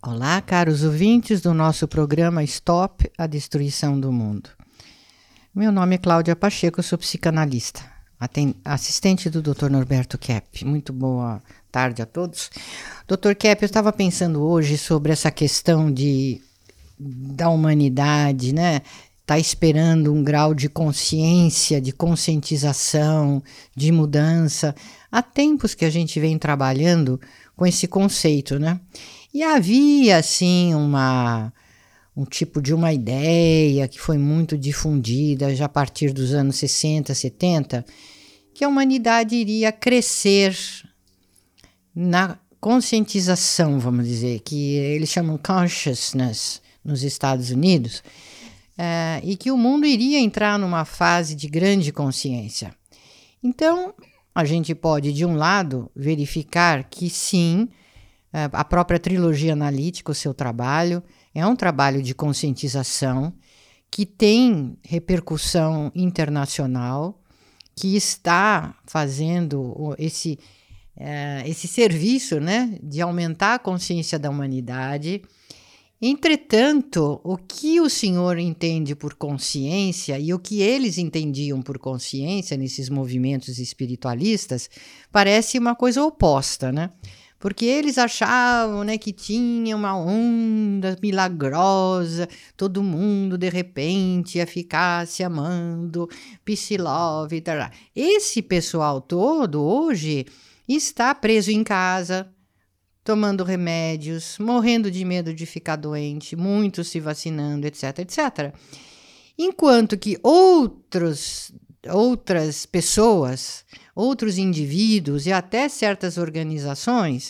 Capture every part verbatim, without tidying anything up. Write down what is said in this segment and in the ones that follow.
Olá, caros ouvintes do nosso programa Stop a Destruição do Mundo. Meu nome é Cláudia Pacheco, eu sou psicanalista, assistente do doutor Norberto Kepp. Muito boa tarde a todos. doutor Kepp, eu estava pensando hoje sobre essa questão de, da humanidade, né? Está esperando um grau de consciência, de conscientização, de mudança. Há tempos que a gente vem trabalhando com esse conceito, né? E havia, assim, uma, um tipo de uma ideia que foi muito difundida já a partir dos anos sessenta, setenta, que a humanidade iria crescer na conscientização, vamos dizer, que eles chamam consciousness nos Estados Unidos, é, e que o mundo iria entrar numa fase de grande consciência. Então, a gente pode, de um lado, verificar que sim, a própria trilogia analítica, o seu trabalho, é um trabalho de conscientização que tem repercussão internacional, que está fazendo esse, uh, esse serviço, né, de aumentar a consciência da humanidade. Entretanto, o que o senhor entende por consciência e o que eles entendiam por consciência nesses movimentos espiritualistas parece uma coisa oposta, né? Porque eles achavam, né, que tinha uma onda milagrosa, todo mundo de repente ia ficar se amando, peace love e tal. Esse pessoal todo hoje está preso em casa, tomando remédios, morrendo de medo de ficar doente, muitos se vacinando, etc, etcétera. Enquanto que outros, outras pessoas, outros indivíduos e até certas organizações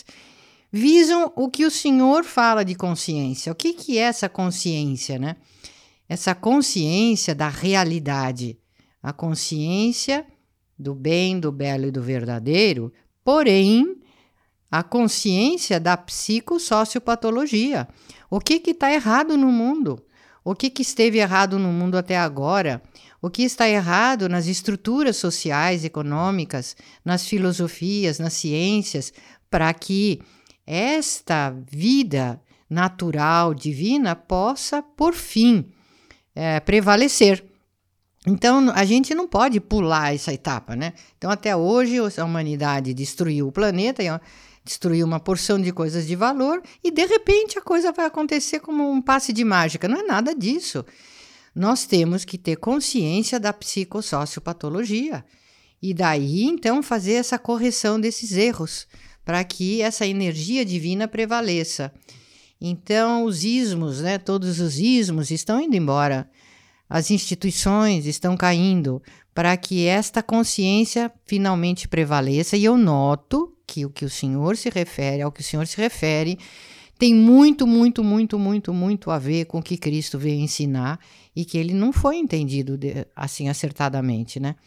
visam o que o senhor fala de consciência. O que, que é essa consciência, né? Essa consciência da realidade, a consciência do bem, do belo e do verdadeiro, porém, a consciência da psicossociopatologia. O que está errado no mundo? O que, que esteve errado no mundo até agora? O que está errado nas estruturas sociais, econômicas, nas filosofias, nas ciências, para que esta vida natural, divina, possa, por fim, é, prevalecer. Então, a gente não pode pular essa etapa, né? Então, até hoje, a humanidade destruiu o planeta, destruiu uma porção de coisas de valor e, de repente, a coisa vai acontecer como um passe de mágica. Não é nada disso. Nós temos que ter consciência da psicossociopatologia e daí, então, fazer essa correção desses erros para que essa energia divina prevaleça. Então, os ismos, né, todos os ismos estão indo embora, as instituições estão caindo para que esta consciência finalmente prevaleça e eu noto que o que o senhor se refere, ao que o senhor se refere, tem muito, muito, muito, muito, muito a ver com o que Cristo veio ensinar e que ele não foi entendido de, assim acertadamente, né?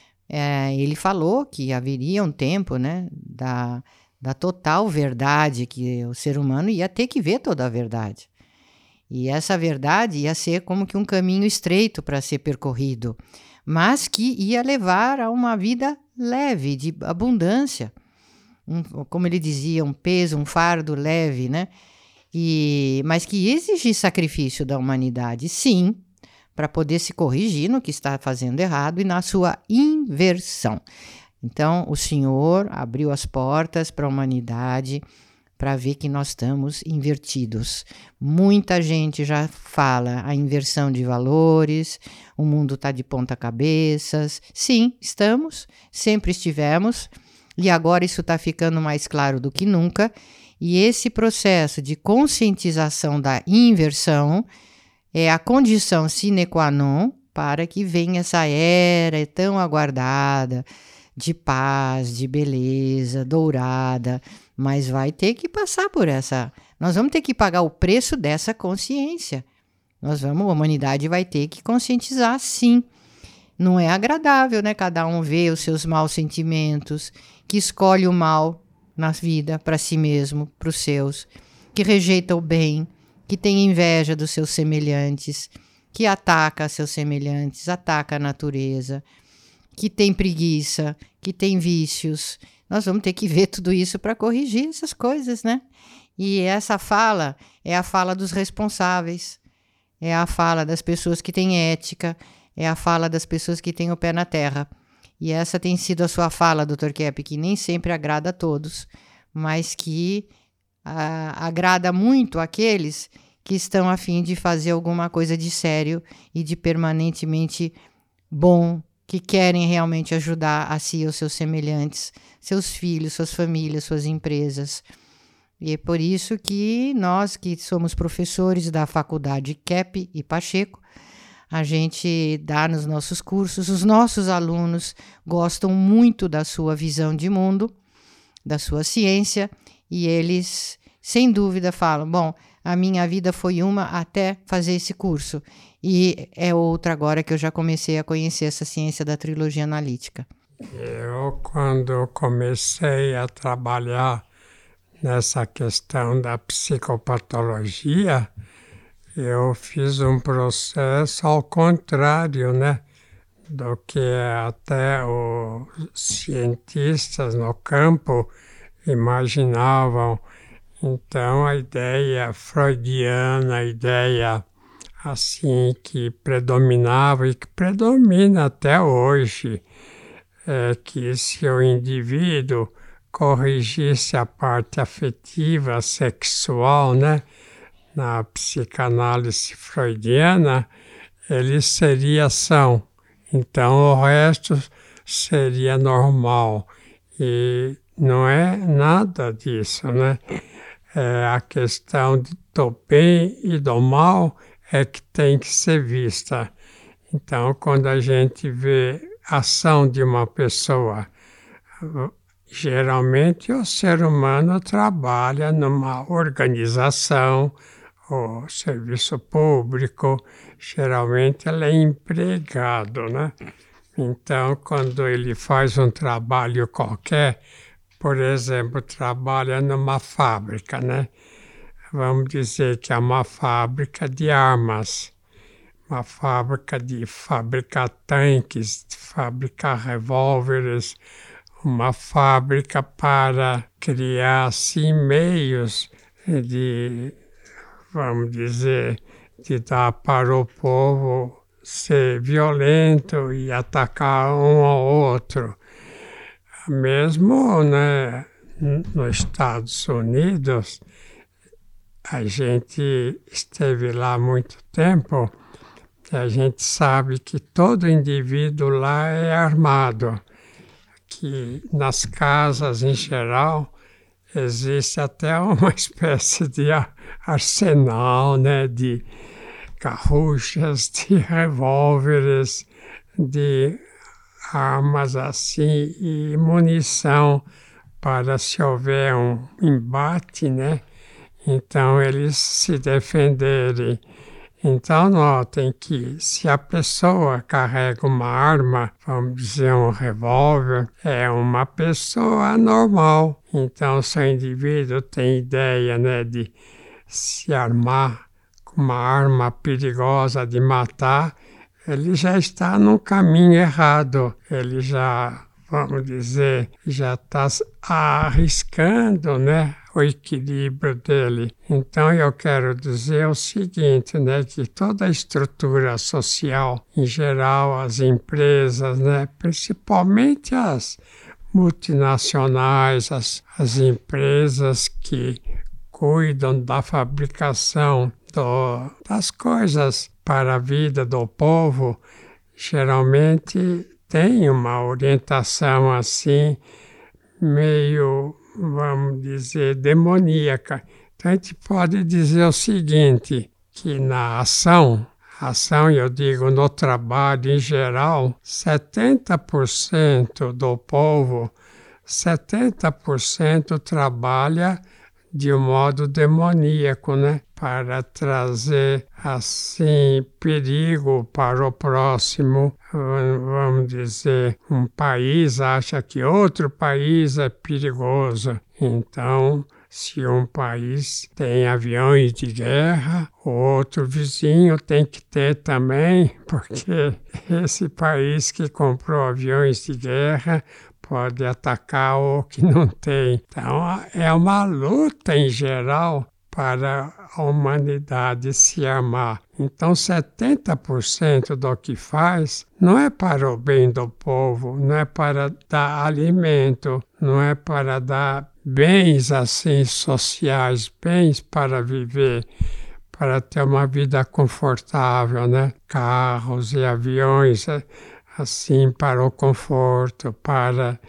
É, ele falou que haveria um tempo, né, da, da total verdade, que o ser humano ia ter que ver toda a verdade. E essa verdade ia ser como que um caminho estreito para ser percorrido, mas que ia levar a uma vida leve, de abundância. Um, como ele dizia, um peso, um fardo leve, né? E, mas que exige sacrifício da humanidade, sim, para poder se corrigir no que está fazendo errado e na sua inversão. Então, o Senhor abriu as portas para a humanidade para ver que nós estamos invertidos. Muita gente já fala a inversão de valores, o mundo está de ponta cabeças. Sim, estamos, sempre estivemos, e agora isso está ficando mais claro do que nunca. E esse processo de conscientização da inversão é a condição sine qua non para que venha essa era tão aguardada de paz, de beleza, dourada, mas vai ter que passar por essa... Nós vamos ter que pagar o preço dessa consciência. Nós vamos, a humanidade vai ter que conscientizar, sim. Não é agradável, né? Cada um vê os seus maus sentimentos, que escolhe o mal na vida para si mesmo, para os seus, que rejeita o bem, que tem inveja dos seus semelhantes, que ataca seus semelhantes, ataca a natureza, que tem preguiça, que tem vícios. Nós vamos ter que ver tudo isso para corrigir essas coisas, né? E essa fala é a fala dos responsáveis, é a fala das pessoas que têm ética, é a fala das pessoas que têm o pé na terra. E essa tem sido a sua fala, doutor Kepp, que nem sempre agrada a todos, mas que a, agrada muito aqueles que estão a fim de fazer alguma coisa de sério e de permanentemente bom, que querem realmente ajudar a si e os seus semelhantes, seus filhos, suas famílias, suas empresas. E é por isso que nós, que somos professores da Faculdade Kepp e Pacheco, a gente dá nos nossos cursos, os nossos alunos gostam muito da sua visão de mundo, da sua ciência, e eles, sem dúvida, falam, bom, a minha vida foi uma até fazer esse curso, e é outra agora que eu já comecei a conhecer essa ciência da trilogia analítica. Eu, quando comecei a trabalhar nessa questão da psicopatologia, eu fiz um processo ao contrário, né, do que até os cientistas no campo imaginavam. Então, a ideia freudiana, a ideia assim que predominava e que predomina até hoje, é que se o indivíduo corrigisse a parte afetiva, sexual, né, na psicanálise freudiana, ele seria são. Então, o resto seria normal. E não é nada disso, né? É a questão do bem e do mal é que tem que ser vista. Então, quando a gente vê a ação de uma pessoa, geralmente o ser humano trabalha numa organização, o serviço público, geralmente ele é empregado, né? Então, quando ele faz um trabalho qualquer, por exemplo, trabalha numa fábrica, né? Vamos dizer que é uma fábrica de armas, uma fábrica de fabricar tanques, de fabricar revólveres, uma fábrica para criar, assim, meios de, vamos dizer, de dar para o povo ser violento e atacar um ao outro. Mesmo, né, nos Estados Unidos, a gente esteve lá há muito tempo, e a gente sabe que todo indivíduo lá é armado, que nas casas em geral existe até uma espécie de arsenal, né, de carruchas, de revólveres, de armas assim e munição para se houver um embate, né? Então eles se defenderem. Então notem que se a pessoa carrega uma arma, vamos dizer um revólver, é uma pessoa normal. Então se o indivíduo tem ideia, né, de se armar com uma arma perigosa de matar, ele já está no caminho errado. Ele já, vamos dizer, já está arriscando, né, o equilíbrio dele. Então eu quero dizer o seguinte, né, que toda a estrutura social, em geral, as empresas, né, principalmente as multinacionais, as, as empresas que cuidam da fabricação do, das coisas para a vida do povo, geralmente tem uma orientação assim, meio, vamos dizer, demoníaca. Então a gente pode dizer o seguinte, que na ação, ação eu digo no trabalho em geral, setenta por cento do povo, setenta por cento trabalha de um modo demoníaco, né? Para trazer, assim, perigo para o próximo. Vamos dizer, um país acha que outro país é perigoso. Então, se um país tem aviões de guerra, o outro vizinho tem que ter também, porque esse país que comprou aviões de guerra pode atacar o que não tem. Então, é uma luta em geral para a humanidade se amar. Então, setenta por cento do que faz não é para o bem do povo, não é para dar alimento, não é para dar bens assim sociais, bens para viver, para ter uma vida confortável, né? Carros e aviões, assim, para o conforto, para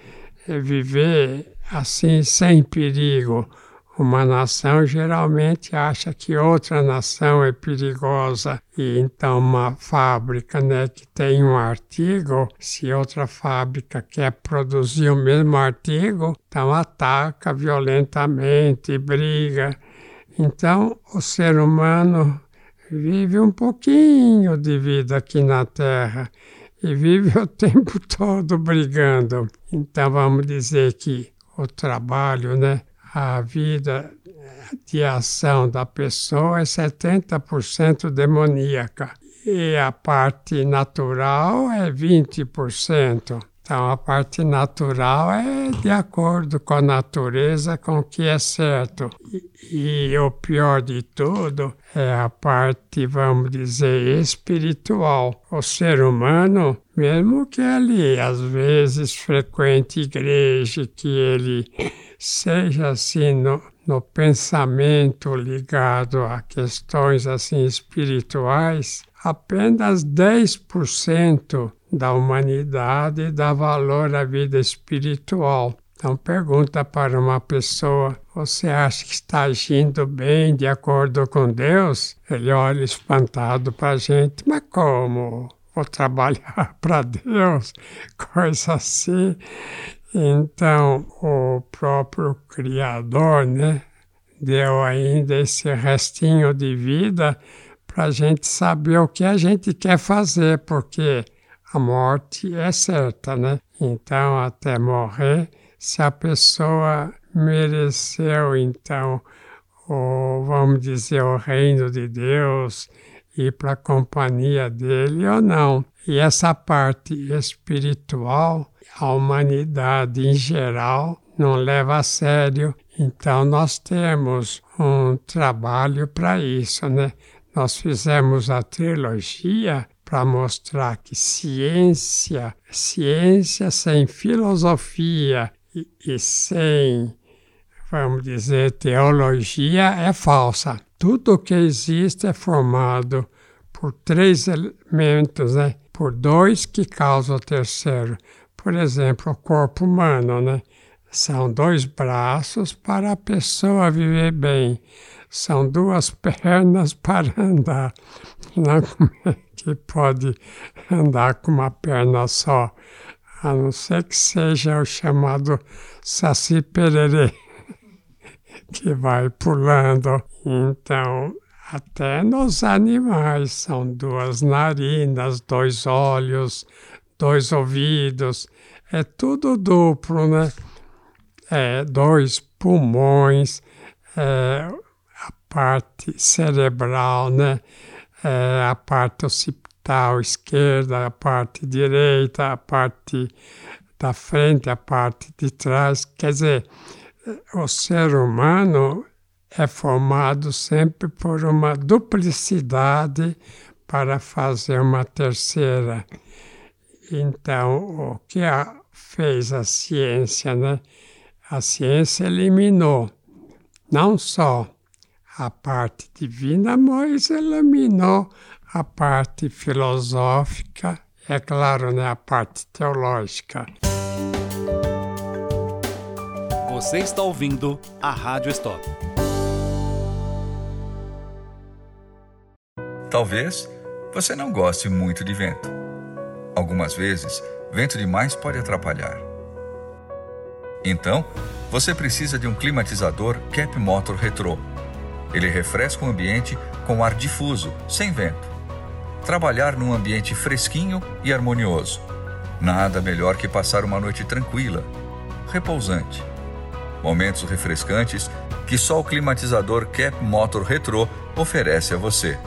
viver assim sem perigo. Uma nação geralmente acha que outra nação é perigosa e então uma fábrica, né, que tem um artigo, se outra fábrica quer produzir o mesmo artigo, então ataca violentamente, briga. Então o ser humano vive um pouquinho de vida aqui na Terra e vive o tempo todo brigando. Então vamos dizer que o trabalho, né, a vida de ação da pessoa é setenta por cento demoníaca e a parte natural é vinte por cento. Então, a parte natural é de acordo com a natureza, com o que é certo. E, e o pior de tudo é a parte, vamos dizer, espiritual. O ser humano, mesmo que ele, às vezes, frequente igreja, que ele seja assim no, no pensamento ligado a questões assim espirituais, apenas dez por cento da humanidade dá valor à vida espiritual. Então pergunta para uma pessoa, você acha que está agindo bem de acordo com Deus? Ele olha espantado para a gente, mas como? Vou trabalhar para Deus? Coisa assim. Então, o próprio Criador, né, deu ainda esse restinho de vida para a gente saber o que a gente quer fazer, porque a morte é certa, né? Então, até morrer, se a pessoa mereceu, então, o, vamos dizer, o reino de Deus, ir para a companhia dele ou não. E essa parte espiritual, a humanidade em geral não leva a sério. Então nós temos um trabalho para isso, né? Nós fizemos a trilogia para mostrar que ciência, ciência sem filosofia e, e sem, vamos dizer, teologia é falsa. Tudo que existe é formado por três elementos, né? Por dois que causam o terceiro. Por exemplo, o corpo humano, né? São dois braços para a pessoa viver bem. São duas pernas para andar. Não como é que pode andar com uma perna só, a não ser que seja o chamado saci pererê, que vai pulando. Então, até nos animais são duas narinas, dois olhos, dois ouvidos, é tudo duplo, né? É, dois pulmões, é, a parte cerebral, né? É, a parte occipital esquerda, a parte direita, a parte da frente, a parte de trás. Quer dizer, o ser humano é formado sempre por uma duplicidade para fazer uma terceira. Então, o que a, fez a ciência, né? A ciência eliminou não só a parte divina, mas eliminou a parte filosófica, é claro, né? A parte teológica. Você está ouvindo a Rádio Stop. Talvez você não goste muito de vento. Algumas vezes, vento demais pode atrapalhar. Então, você precisa de um climatizador Cap Motor Retro. Ele refresca o ambiente com ar difuso, sem vento. Trabalhar num ambiente fresquinho e harmonioso. Nada melhor que passar uma noite tranquila, repousante. Momentos refrescantes que só o climatizador Cap Motor Retro oferece a você.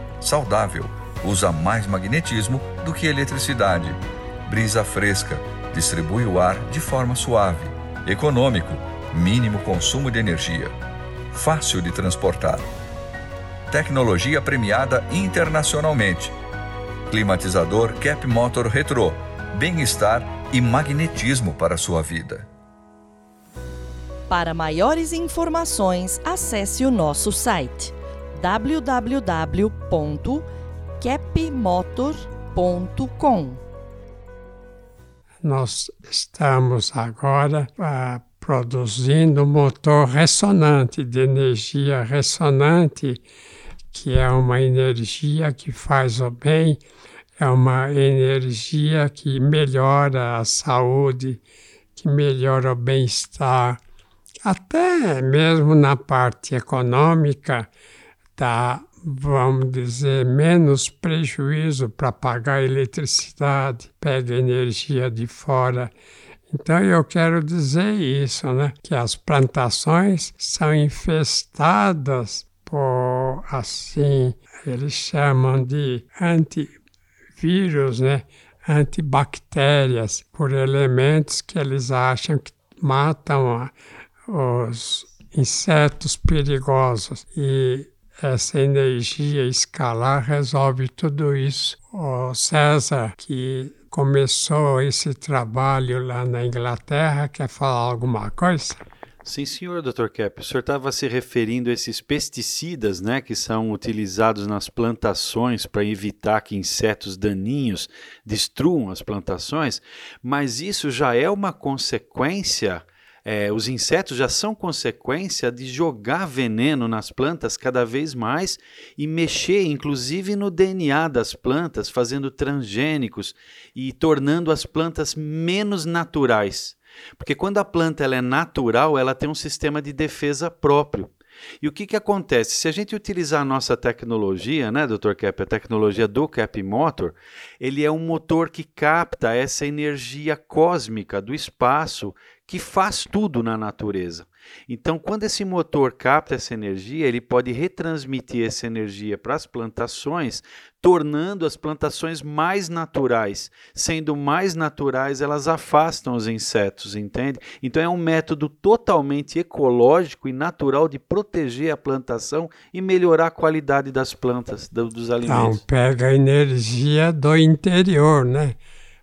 Saudável, usa mais magnetismo do que eletricidade. Brisa fresca, Distribui o ar de forma suave, econômico, mínimo consumo de energia, fácil de transportar. Tecnologia premiada internacionalmente. Climatizador Cap Motor Retro. Bem-estar e magnetismo para a sua vida. Para maiores informações, acesse o nosso site w w w ponto cap motor ponto com. Nós estamos agora ah, produzindo motor ressonante, de energia ressonante, que é uma energia que faz o bem, é uma energia que melhora a saúde, que melhora o bem-estar, até mesmo na parte econômica, dá, vamos dizer, menos prejuízo para pagar eletricidade, pega energia de fora. Então eu quero dizer isso, né? Que as plantações são infestadas por, assim, eles chamam de antivírus, né? Antibactérias, por elementos que eles acham que matam a, os insetos perigosos. E essa energia escalar resolve tudo isso. O César, que começou esse trabalho lá na Inglaterra, quer falar alguma coisa? Sim, senhor, doutor Kepp. O senhor estava se referindo a esses pesticidas, né, que são utilizados nas plantações para evitar que insetos daninhos destruam as plantações, mas isso já é uma consequência. É, os insetos já são consequência de jogar veneno nas plantas cada vez mais e mexer, inclusive, no D N A das plantas, fazendo transgênicos e tornando as plantas menos naturais. Porque quando a planta ela é natural, ela tem um sistema de defesa próprio. E o que, que acontece? Se a gente utilizar a nossa tecnologia, né, doutor Kepp, a tecnologia do Cap Motor, ele é um motor que capta essa energia cósmica do espaço que faz tudo na natureza. Então, quando esse motor capta essa energia, ele pode retransmitir essa energia para as plantações, tornando as plantações mais naturais. Sendo mais naturais, elas afastam os insetos, entende? Então, é um método totalmente ecológico e natural de proteger a plantação e melhorar a qualidade das plantas, do, dos alimentos. Então, pega a energia do interior, né?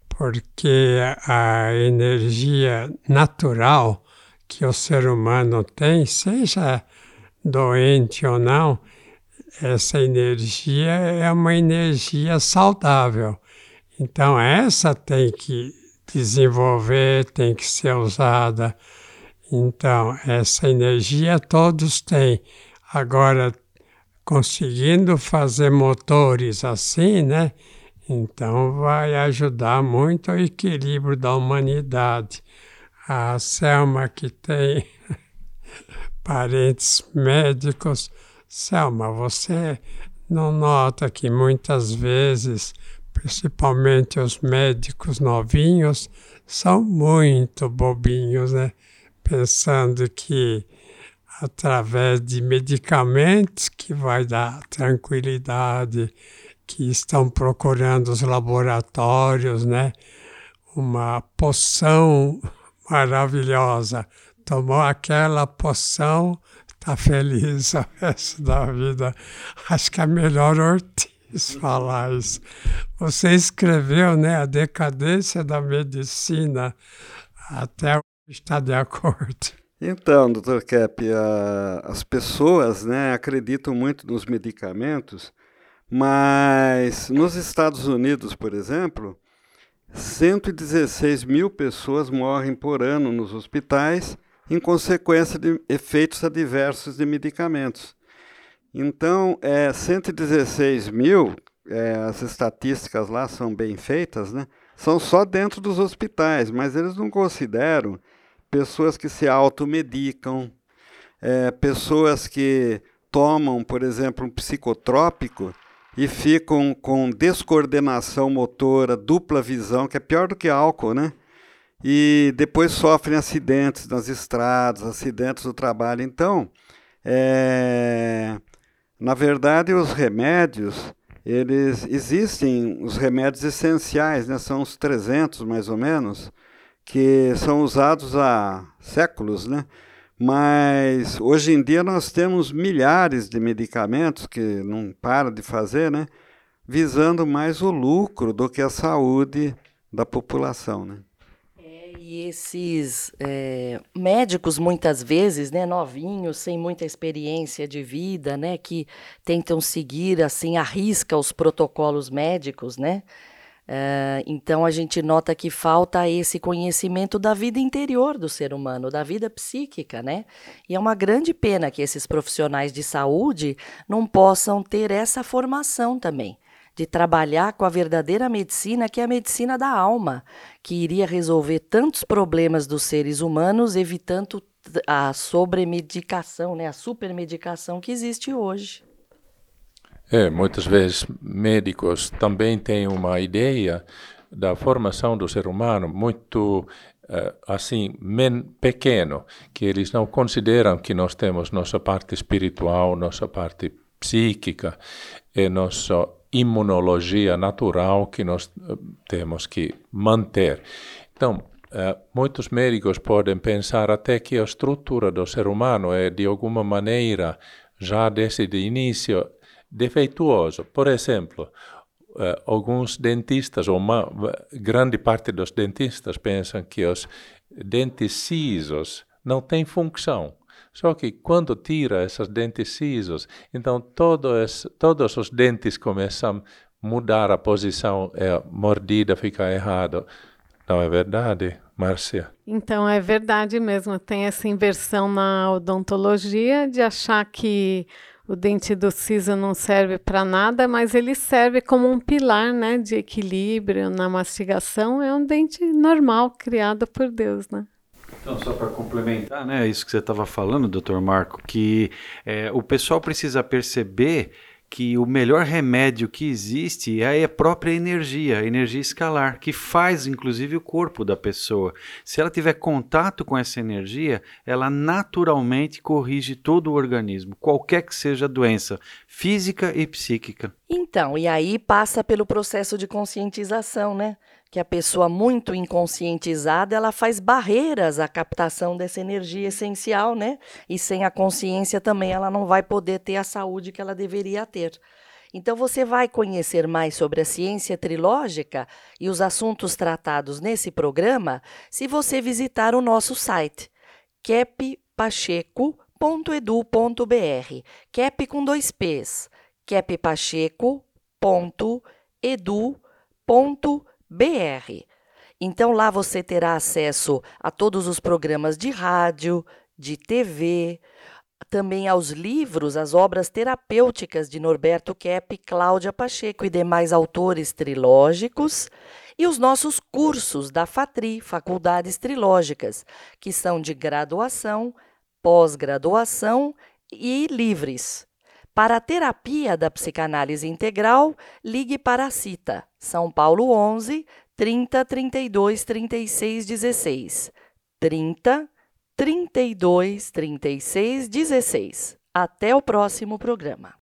Porque a energia natural que o ser humano tem, seja doente ou não, essa energia é uma energia saudável. Então, essa tem que desenvolver, tem que ser usada. Então, essa energia todos têm. Agora, conseguindo fazer motores assim, né? Então, vai ajudar muito o equilíbrio da humanidade. A Selma, que tem parentes médicos, Selma, você não nota que muitas vezes, principalmente os médicos novinhos, são muito bobinhos, né? Pensando que através de medicamentos que vai dar tranquilidade, que estão procurando os laboratórios, né? Uma poção maravilhosa. Tomou aquela poção, está feliz o resto da vida. Acho que é melhor Ortiz falar isso. Você escreveu, né, A Decadência da Medicina. Até está de acordo. Então, doutor Kepp, a, as pessoas, né, acreditam muito nos medicamentos, mas nos Estados Unidos, por exemplo, cento e dezesseis mil pessoas morrem por ano nos hospitais em consequência de efeitos adversos de medicamentos. Então, é, cento e dezesseis mil, é, as estatísticas lá são bem feitas, né? São só dentro dos hospitais, mas eles não consideram pessoas que se automedicam, é, pessoas que tomam, por exemplo, um psicotrópico e ficam com descoordenação motora, dupla visão, que é pior do que álcool, né? E depois sofrem acidentes nas estradas, acidentes do trabalho. Então, é, na verdade, os remédios, eles existem, os remédios essenciais, né? São uns trezentos mais ou menos, que são usados há séculos, né? Mas hoje em dia nós temos milhares de medicamentos que não para de fazer, né? Visando mais o lucro do que a saúde da população, né? É, e esses é, médicos, muitas vezes, né, novinhos, sem muita experiência de vida, né, que tentam seguir, assim, à risca os protocolos médicos, né? Uh, então, a gente nota que falta esse conhecimento da vida interior do ser humano, da vida psíquica, né? E é uma grande pena que esses profissionais de saúde não possam ter essa formação também, de trabalhar com a verdadeira medicina, que é a medicina da alma, que iria resolver tantos problemas dos seres humanos, evitando a sobremedicação, né? A supermedicação que existe hoje. É, muitas vezes médicos também têm uma ideia da formação do ser humano muito uh, assim men pequeno, que eles não consideram que nós temos nossa parte espiritual, nossa parte psíquica e nossa imunologia natural que nós uh, temos que manter. Então, uh, muitos médicos podem pensar até que a estrutura do ser humano é de alguma maneira já desde o início defeituoso. Por exemplo, uh, alguns dentistas, ou uma grande parte dos dentistas, pensam que os dentes cisos não têm função. Só que quando tira esses dentes cisos, então todos, todos os dentes começam a mudar a posição, e a mordida fica errada. Não é verdade, Márcia? Então é verdade mesmo. Tem essa inversão na odontologia de achar que o dente do siso não serve para nada, mas ele serve como um pilar, né, de equilíbrio na mastigação. É um dente normal, criado por Deus, né? Então, só para complementar, né, isso que você estava falando, doutor Marco, que é, o pessoal precisa perceber que o melhor remédio que existe é a própria energia, a energia escalar, que faz inclusive o corpo da pessoa. Se ela tiver contato com essa energia, ela naturalmente corrige todo o organismo, qualquer que seja a doença, física e psíquica. Então, e aí passa pelo processo de conscientização, né? Que a pessoa muito inconscientizada, ela faz barreiras à captação dessa energia essencial, né? E sem a consciência também ela não vai poder ter a saúde que ela deveria ter. Então você vai conhecer mais sobre a ciência trilógica e os assuntos tratados nesse programa se você visitar o nosso site, kep pacheco ponto edu ponto br, Kep com dois P's, kep pacheco ponto edu ponto br. B R. Então lá você terá acesso a todos os programas de rádio, de T V, também aos livros, às obras terapêuticas de Norberto Kepp, Cláudia Pacheco e demais autores trilógicos, e os nossos cursos da FATRI, Faculdades Trilógicas, que são de graduação, pós-graduação e livres. Para a terapia da psicanálise integral, ligue para a CITA, São Paulo onze, trinta, trinta e dois, trinta e seis, dezesseis. trinta, trinta e dois, trinta e seis, dezesseis. Até o próximo programa.